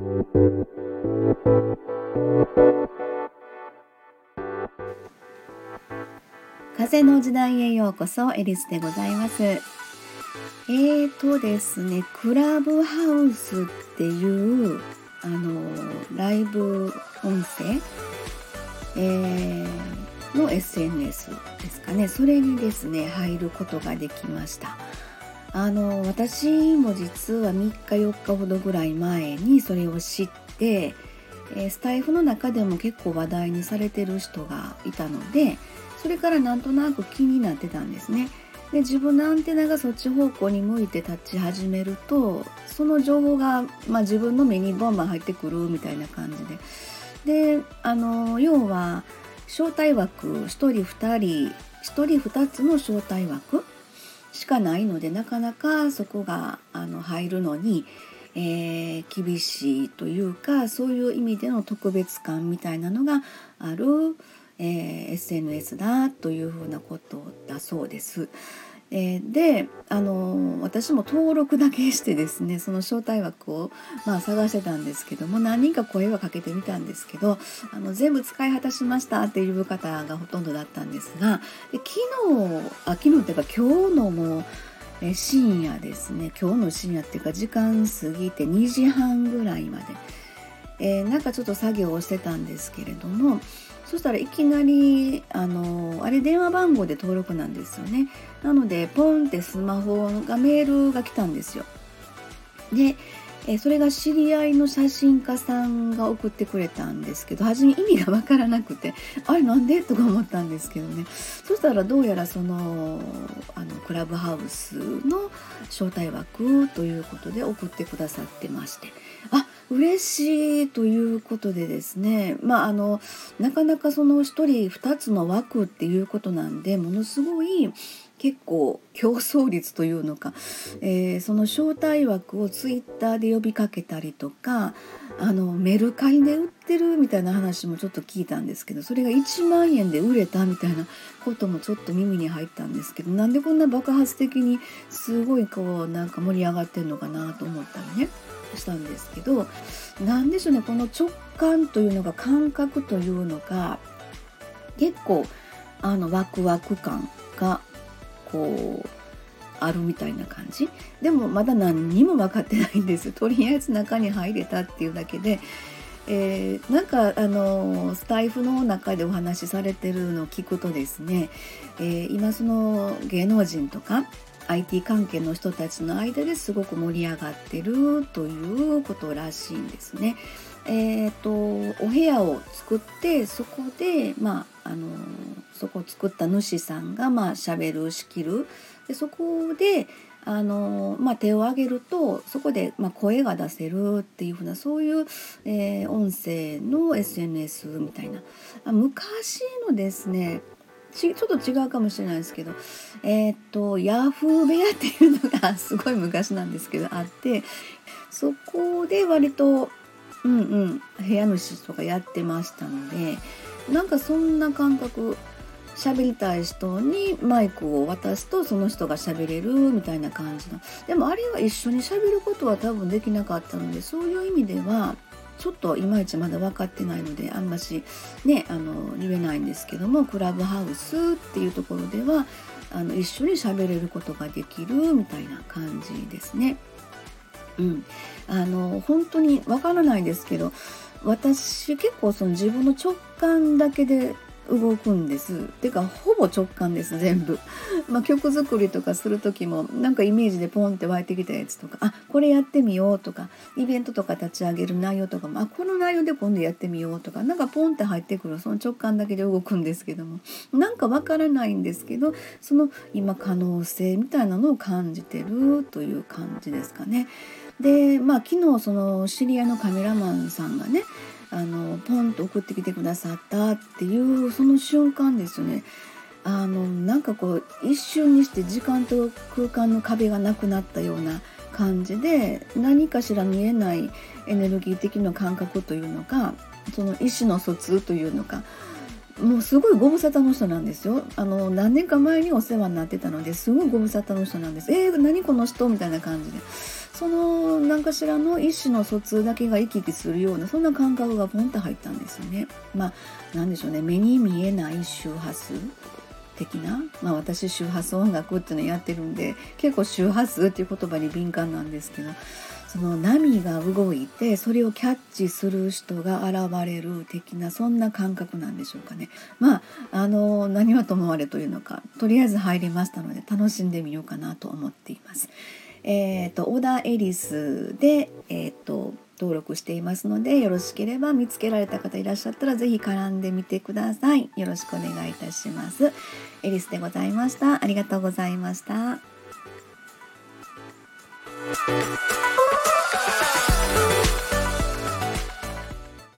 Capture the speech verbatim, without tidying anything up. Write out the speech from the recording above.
風の時代へようこそ。エリスでございます。えーとですねクラブハウスっていうあのライブ音声、えー、の エスエヌエス ですかね。それにですね入ることができました。あの私も実はみっかよっかほどぐらい前にそれを知って、えー、スタイフの中でも結構話題にされてる人がいたので、それからなんとなく気になってたんですね。で自分のアンテナがそっち方向に向いて立ち始めると、その情報が、まあ、自分の目にボンバン入ってくるみたいな感じで、であの要は招待枠ひとりふたりひとりふたつの招待枠しかないので、なかなかそこがあの入るのに、えー、厳しいというか、そういう意味での特別感みたいなのがあるえー、エスエヌエス だというふうなことだそうです。えー、で、あのー、私も登録だけしてですね、その招待枠を、まあ、探してたんですけども、何人か声はかけてみたんですけど、あの全部使い果たしましたっていう方がほとんどだったんですが、で昨日あ昨日っていうか今日のもうえ深夜ですね、今日の深夜っていうか時間過ぎてにじはんぐらいまで、えー、なんかちょっと作業をしてたんですけれども、そしたらいきなりあのあれ電話番号で登録なんですよね。なのでポンってスマホがメールが来たんですよ。でえそれが知り合いの写真家さんが送ってくれたんですけど、初め意味がわからなくて、あれなんでとか思ったんですけどね。そしたらどうやらそのあのクラブハウスの招待枠ということで送ってくださってまして、あ嬉しいということでですね、まああのなかなかそのひとりふたつの枠っていうことなんで、ものすごい結構競争率というのか、えー、その招待枠をツイッターで呼びかけたりとか、あのメルカリで売ってるみたいな話もちょっと聞いたんですけど、それがいちまんえんで売れたみたいなこともちょっと耳に入ったんですけど、なんでこんな爆発的にすごいこうなんか盛り上がってるのかなと思ったりねしたんですけど、なんでしょうね、この直感というのが感覚というのが結構あのワクワク感がこうあるみたいな感じでも、まだ何にも分かってないんです。とりあえず中に入れたっていうだけで、えー、なんかあのスタイフの中でお話しされてるのを聞くとですね、えー、今その芸能人とか アイティー 関係の人たちの間ですごく盛り上がってるということらしいんですね。えーと、お部屋を作ってそこで、まあ、あのそこを作った主さんがまあ喋る仕切るで、そこであの、まあ、手を挙げるとそこでまあ声が出せるっていうふうな、そういう、えー、音声の エスエヌエス みたいな、あ昔のですねち, ちょっと違うかもしれないですけど、えー、っとヤフー部屋っていうのがすごい昔なんですけどあって、そこで割とうんうん部屋主とかやってましたので、なんかそんな感覚、喋りたい人にマイクを渡すとその人が喋れるみたいな感じの。でもあれは一緒に喋ることは多分できなかったので、そういう意味ではちょっといまいちまだ分かってないのであんましねあの言えないんですけども、クラブハウスっていうところではあの一緒に喋れることができるみたいな感じですね。うん、あの本当に分からないですけど、私結構その自分の直感だけで動くんです。てかほぼ直感です全部。まあ、曲作りとかする時もなんかイメージでポンって湧いてきたやつとか、あこれやってみようとか、イベントとか立ち上げる内容とかも、あこの内容で今度やってみようとか、なんかポンって入ってくる、その直感だけで動くんですけども、なんかわからないんですけど、その今可能性みたいなのを感じてるという感じですかね。でまあ昨日その知り合いのカメラマンさんがねあのポンと送ってきてくださったっていうその瞬間ですよね。あのなんかこう一瞬にして時間と空間の壁がなくなったような感じで、何かしら見えないエネルギー的な感覚というのが、その意思の疎通というのか、 もうすごいご無沙汰の人なんですよ。あの何年か前にお世話になってたのですごいご無沙汰の人なんです。えー、何この人みたいな感じで、その何かしらの一種の疎通だけが行き来するようなそんな感覚がポンと入ったんですよね。まあなんでしょうね、目に見えない周波数的な、まあ、私周波数音楽っていうのやってるんで結構周波数っていう言葉に敏感なんですけど、その波が動いてそれをキャッチする人が現れる的なそんな感覚なんでしょうかね。まああの何はともあれというのか、とりあえず入りましたので楽しんでみようかなと思っています。えーと、小田エリスで、えーと登録していますので、よろしければ見つけられた方いらっしゃったらぜひ絡んでみてください。よろしくお願いいたします。エリスでございました。ありがとうございました。